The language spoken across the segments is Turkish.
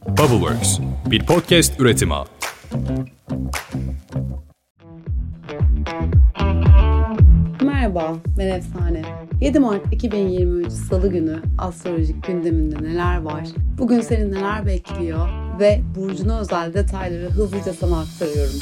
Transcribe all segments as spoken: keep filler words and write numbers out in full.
Bubbleworks, bir podcast üretimi. Merhaba, ben Efsane. yedi Mart iki bin yirmi üç Salı günü astrolojik gündeminde neler var? Bugün seni neler bekliyor? Ve burcuna özel detayları hızlıca sana aktarıyorum.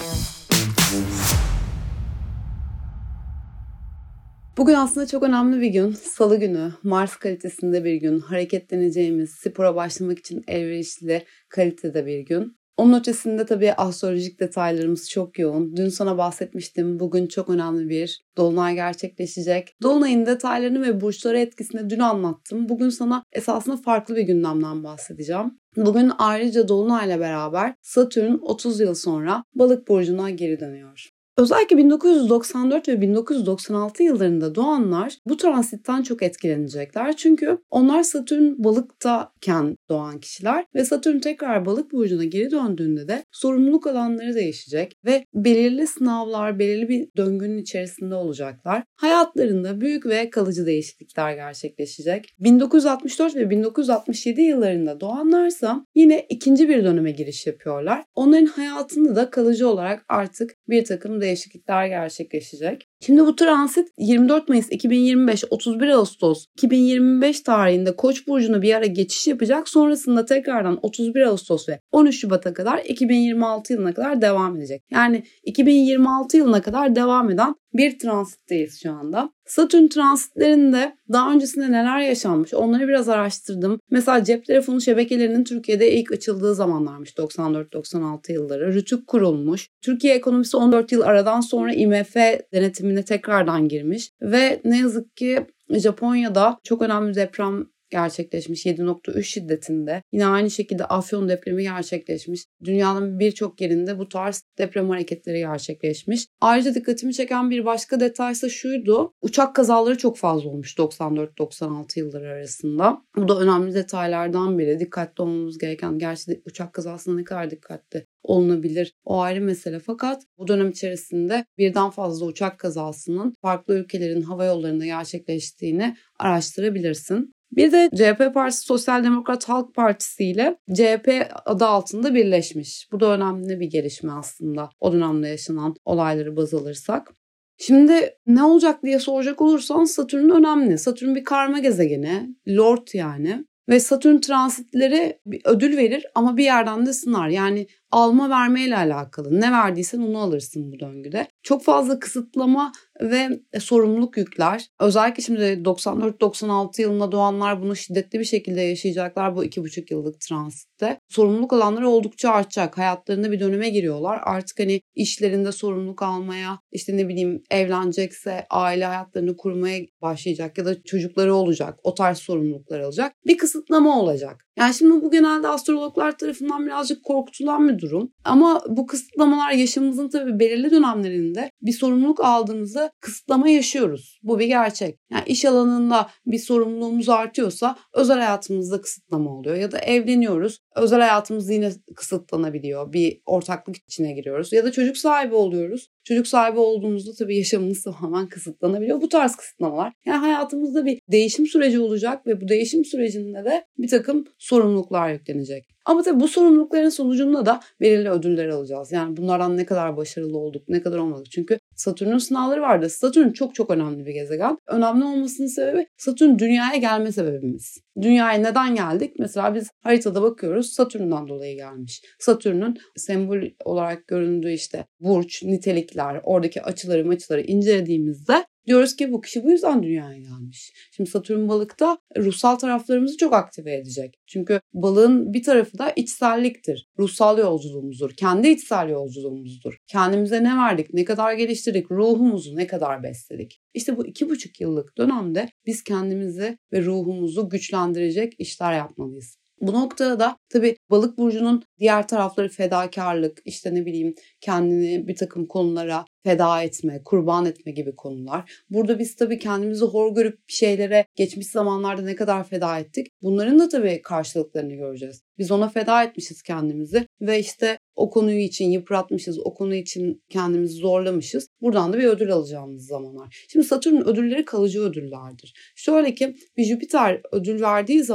Bugün aslında çok önemli bir gün. Salı günü, Mars kalitesinde bir gün. Hareketleneceğimiz, spora başlamak için elverişli kalitede bir gün. Onun ötesinde tabii astrolojik detaylarımız çok yoğun. Dün sana bahsetmiştim. Bugün çok önemli bir dolunay gerçekleşecek. Dolunayın detaylarını ve burçlara etkisini dün anlattım. Bugün sana esasında farklı bir gündemden bahsedeceğim. Bugün ayrıca dolunayla beraber Satürn otuz yıl sonra Balık burcuna geri dönüyor. Özellikle bin dokuz yüz doksan dört ve bin dokuz yüz doksan altı yıllarında doğanlar bu transitten çok etkilenecekler. Çünkü onlar Satürn balıktayken doğan kişiler ve Satürn tekrar balık burcuna geri döndüğünde de sorumluluk alanları değişecek ve belirli sınavlar, belirli bir döngünün içerisinde olacaklar. Hayatlarında büyük ve kalıcı değişiklikler gerçekleşecek. bin dokuz yüz altmış dört ve bin dokuz yüz altmış yedi yıllarında doğanlarsa yine ikinci bir döneme giriş yapıyorlar. Onların hayatında da kalıcı olarak artık bir takım değişiklikler gerçekleşecek. Şimdi bu transit yirmi dört Mayıs iki bin yirmi beş otuz bir Ağustos iki bin yirmi beş tarihinde Koç burcuna bir ara geçiş yapacak. Sonrasında tekrardan otuz bir Ağustos ve on üç Şubat'a kadar iki bin yirmi altı yılına kadar devam edecek. Yani iki bin yirmi altı yılına kadar devam eden bir transitteyiz şu anda. Satürn transitlerinde daha öncesinde neler yaşanmış onları biraz araştırdım. Mesela cep telefonu şebekelerinin Türkiye'de ilk açıldığı zamanlarmış doksan dört doksan altı yılları. Rütük kurulmuş. Türkiye ekonomisi on dört yıl aradan sonra I M F denetimine tekrardan girmiş. Ve ne yazık ki Japonya'da çok önemli bir deprem gerçekleşmiş yedi nokta üç şiddetinde. Yine aynı şekilde Afyon depremi gerçekleşmiş. Dünyanın birçok yerinde bu tarz deprem hareketleri gerçekleşmiş. Ayrıca dikkatimi çeken bir başka detaysa şuydu. Uçak kazaları çok fazla olmuş doksan dört doksan altı yılları arasında. Bu da önemli detaylardan biri. Dikkatli olmamız gereken. Gerçi uçak kazasına ne kadar dikkatli olunabilir o ayrı mesele, fakat bu dönem içerisinde birden fazla uçak kazasının farklı ülkelerin hava yollarında gerçekleştiğini araştırabilirsin. Bir de C H P Partisi Sosyal Demokrat Halk Partisi ile C H P adı altında birleşmiş. Bu da önemli bir gelişme aslında o dönemde yaşanan olayları baz alırsak. Şimdi ne olacak diye soracak olursan Satürn önemli. Satürn bir karma gezegeni, Lord yani. Ve Satürn transitleri bir ödül verir ama bir yerden de sınar. Yani alma vermeyle alakalı. Ne verdiysen onu alırsın bu döngüde. Çok fazla kısıtlama ve sorumluluk yükler. Özellikle şimdi doksan dört doksan altı yılında doğanlar bunu şiddetli bir şekilde yaşayacaklar bu iki buçuk yıllık transitte. Sorumluluk alanları oldukça artacak. Hayatlarında bir döneme giriyorlar. Artık hani işlerinde sorumluluk almaya, işte ne bileyim evlenecekse aile hayatlarını kurmaya başlayacak ya da çocukları olacak. O tarz sorumluluklar alacak. Bir kısıtlama olacak. Yani şimdi bu genelde astrologlar tarafından birazcık korkutulan bir durum. Ama bu kısıtlamalar yaşamımızın tabii belirli dönemlerinde bir sorumluluk aldığımızda kısıtlama yaşıyoruz. Bu bir gerçek. Yani iş alanında bir sorumluluğumuz artıyorsa özel hayatımızda kısıtlama oluyor. Ya da evleniyoruz. Özel hayatımız yine kısıtlanabiliyor. Bir ortaklık içine giriyoruz. Ya da çocuk sahibi oluyoruz. Çocuk sahibi olduğumuzda tabii yaşamımız tamamen kısıtlanabiliyor. Bu tarz kısıtlamalar. Yani hayatımızda bir değişim süreci olacak ve bu değişim sürecinde de bir takım sorumluluklar yüklenecek. Ama tabii bu sorumlulukların sonucunda da belirli ödüller alacağız. Yani bunlardan ne kadar başarılı olduk, ne kadar olmadık. Çünkü Satürn'ün sınavları vardı. Satürn çok çok önemli bir gezegen. Önemli olmasının sebebi Satürn dünyaya gelme sebebimiz. Dünyaya neden geldik? Mesela biz haritada bakıyoruz, Satürn'den dolayı gelmiş. Satürn'ün sembol olarak göründüğü işte burç, nitelikler, oradaki açıları maçıları incelediğimizde diyoruz ki bu kişi bu yüzden dünyaya gelmiş. Şimdi Satürn balıkta ruhsal taraflarımızı çok aktive edecek. Çünkü balığın bir tarafı da içselliktir. Ruhsal yolculuğumuzdur. Kendi içsel yolculuğumuzdur. Kendimize ne verdik, ne kadar geliştirdik, ruhumuzu ne kadar besledik. İşte bu iki buçuk yıllık dönemde biz kendimizi ve ruhumuzu güçlendirecek işler yapmalıyız. Bu noktada da tabii balık burcunun diğer tarafları fedakarlık, işte ne bileyim kendini bir takım konulara feda etme, kurban etme gibi konular. Burada biz tabii kendimizi hor görüp bir şeylere geçmiş zamanlarda ne kadar feda ettik. Bunların da tabii karşılıklarını göreceğiz. Biz ona feda etmişiz kendimizi ve işte o konuyu için yıpratmışız, o konu için kendimizi zorlamışız. Buradan da bir ödül alacağımız zamanlar. Şimdi Satürn'ün ödülleri kalıcı ödüllerdir. Şöyle ki bir Jüpiter ödül verdiği zaman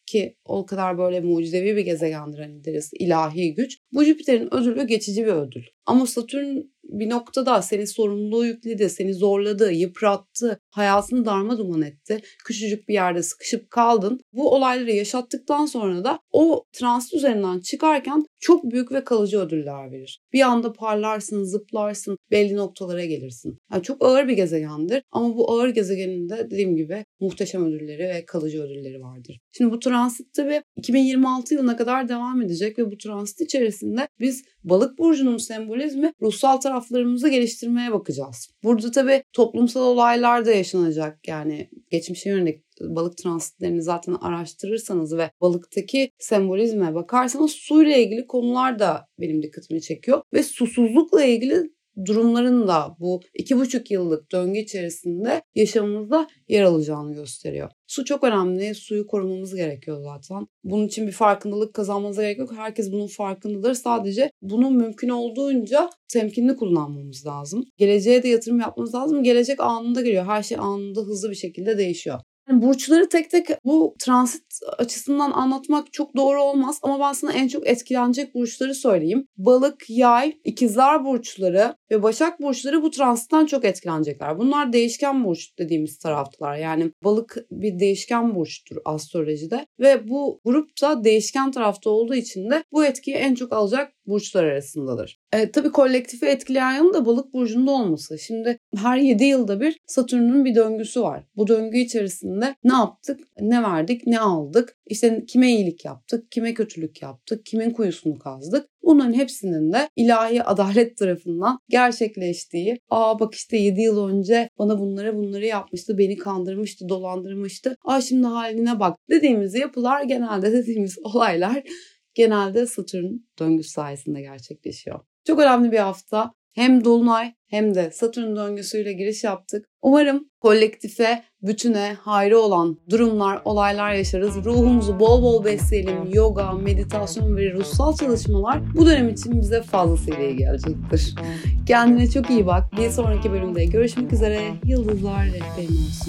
ki o kadar böyle mucizevi bir gezegendir hani deriz, ilahi güç. Bu Jüpiter'in ödülü geçici bir ödül. Ama Satürn bir noktada seni sorumluluğu yükledi, seni zorladı, yıprattı, hayatını darmaduman etti. Küçücük bir yerde sıkışıp kaldın. Bu olayları yaşattıktan sonra da o transit üzerinden çıkarken çok büyük ve kalıcı ödüller verir. Bir anda parlarsın, zıplarsın, belli noktalara gelirsin. Yani çok ağır bir gezegendir ama bu ağır gezegenin de dediğim gibi muhteşem ödülleri ve kalıcı ödülleri vardır. Şimdi bu transit tabii iki bin yirmi altı yılına kadar devam edecek ve bu transit içerisinde biz Balık burcunun sembolizmi, ruhsal taraflarımızı geliştirmeye bakacağız. Burada tabii toplumsal olaylar da yaşanacak. Yani geçmişe yönelik balık transitlerini zaten araştırırsanız ve balıktaki sembolizme bakarsanız suyla ilgili konular da benim dikkatimi çekiyor. Ve susuzlukla ilgili durumların da bu iki buçuk yıllık döngü içerisinde yaşamımızda yer alacağını gösteriyor. Su çok önemli. Suyu korumamız gerekiyor zaten. Bunun için bir farkındalık kazanmanıza gerek yok. Herkes bunun farkındadır. Sadece bunu mümkün olduğunca temkinli kullanmamız lazım. Geleceğe de yatırım yapmamız lazım. Gelecek anında geliyor. Her şey anında hızlı bir şekilde değişiyor. Yani burçları tek tek bu transit açısından anlatmak çok doğru olmaz ama ben sana en çok etkilenecek burçları söyleyeyim. Balık, Yay, İkizler burçları ve Başak burçları bu transitten çok etkilenecekler. Bunlar değişken burç dediğimiz taraftalar. Yani balık bir değişken burçtur astrolojide ve bu grup da değişken tarafta olduğu için de bu etkiyi en çok alacak burçlar arasındadır. E, tabii kolektifi etkileyen yanı da balık burcunda olması. Şimdi her yedi yılda bir Satürn'ün bir döngüsü var. Bu döngü içerisinde ne yaptık, ne verdik, ne aldık? İşte kime iyilik yaptık, kime kötülük yaptık, kimin kuyusunu kazdık? Bunların hepsinin de ilahi adalet tarafından gerçekleştiği, aa bak işte yedi yıl önce bana bunları bunları yapmıştı, beni kandırmıştı, dolandırmıştı, aa şimdi haline bak dediğimiz yapılar, genelde dediğimiz olaylar genelde Satürn döngüsü sayesinde gerçekleşiyor. Çok önemli bir hafta. Hem Dolunay hem de Satürn döngüsüyle giriş yaptık. Umarım kolektife, bütüne, hayrı olan durumlar, olaylar yaşarız. Ruhumuzu bol bol besleyelim. Yoga, meditasyon ve ruhsal çalışmalar bu dönem için bize fazlasıyla iyi gelecektir. Kendine çok iyi bak. Bir sonraki bölümde görüşmek üzere. Yıldızlar rehberin olsun.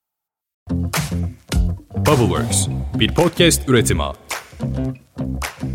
Bubbleworks, bir podcast üretimi.